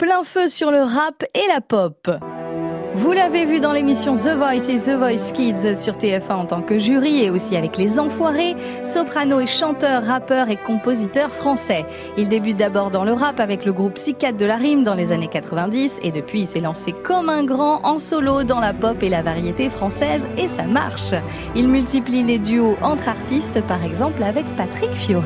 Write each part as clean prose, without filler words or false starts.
plein feu sur le rap et la pop. Vous l'avez vu dans l'émission The Voice et The Voice Kids sur TF1 en tant que jury et aussi avec Les Enfoirés, Soprano est chanteur, rappeur et compositeur français. Il débute d'abord dans le rap avec le groupe Psychiatre de la Rime dans les années 90 et depuis il s'est lancé comme un grand en solo dans la pop et la variété française et ça marche. Il multiplie les duos entre artistes, par exemple avec Patrick Fiori.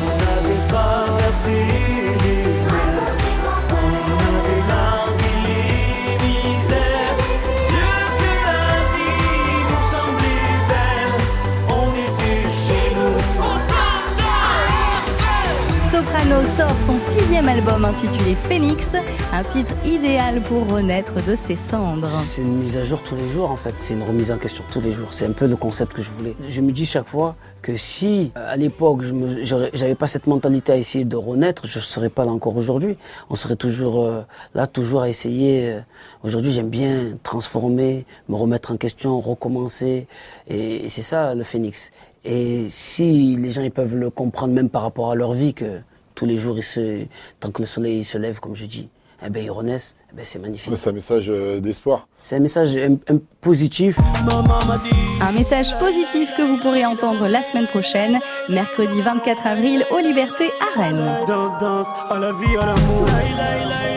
Soprano sort son 6e album intitulé Phoenix, un titre idéal pour renaître de ses cendres. C'est une mise à jour tous les jours en fait, c'est une remise en question tous les jours, c'est un peu le concept que je voulais. Je me dis chaque fois que si à l'époque j'avais pas cette mentalité à essayer de renaître, je serais pas là encore aujourd'hui. On serait toujours là, toujours à essayer. Aujourd'hui j'aime bien transformer, me remettre en question, recommencer et c'est ça le Phoenix. Et si les gens ils peuvent le comprendre même par rapport à leur vie, que tous les jours, tant que le soleil se lève, comme je dis, eh ben, ils renaissent, eh ben, c'est magnifique. C'est un message d'espoir. C'est un message positif. Un message positif que vous pourrez entendre la semaine prochaine, mercredi 24 avril, aux Libertés à Rennes. Danse, à la vie, à l'amour.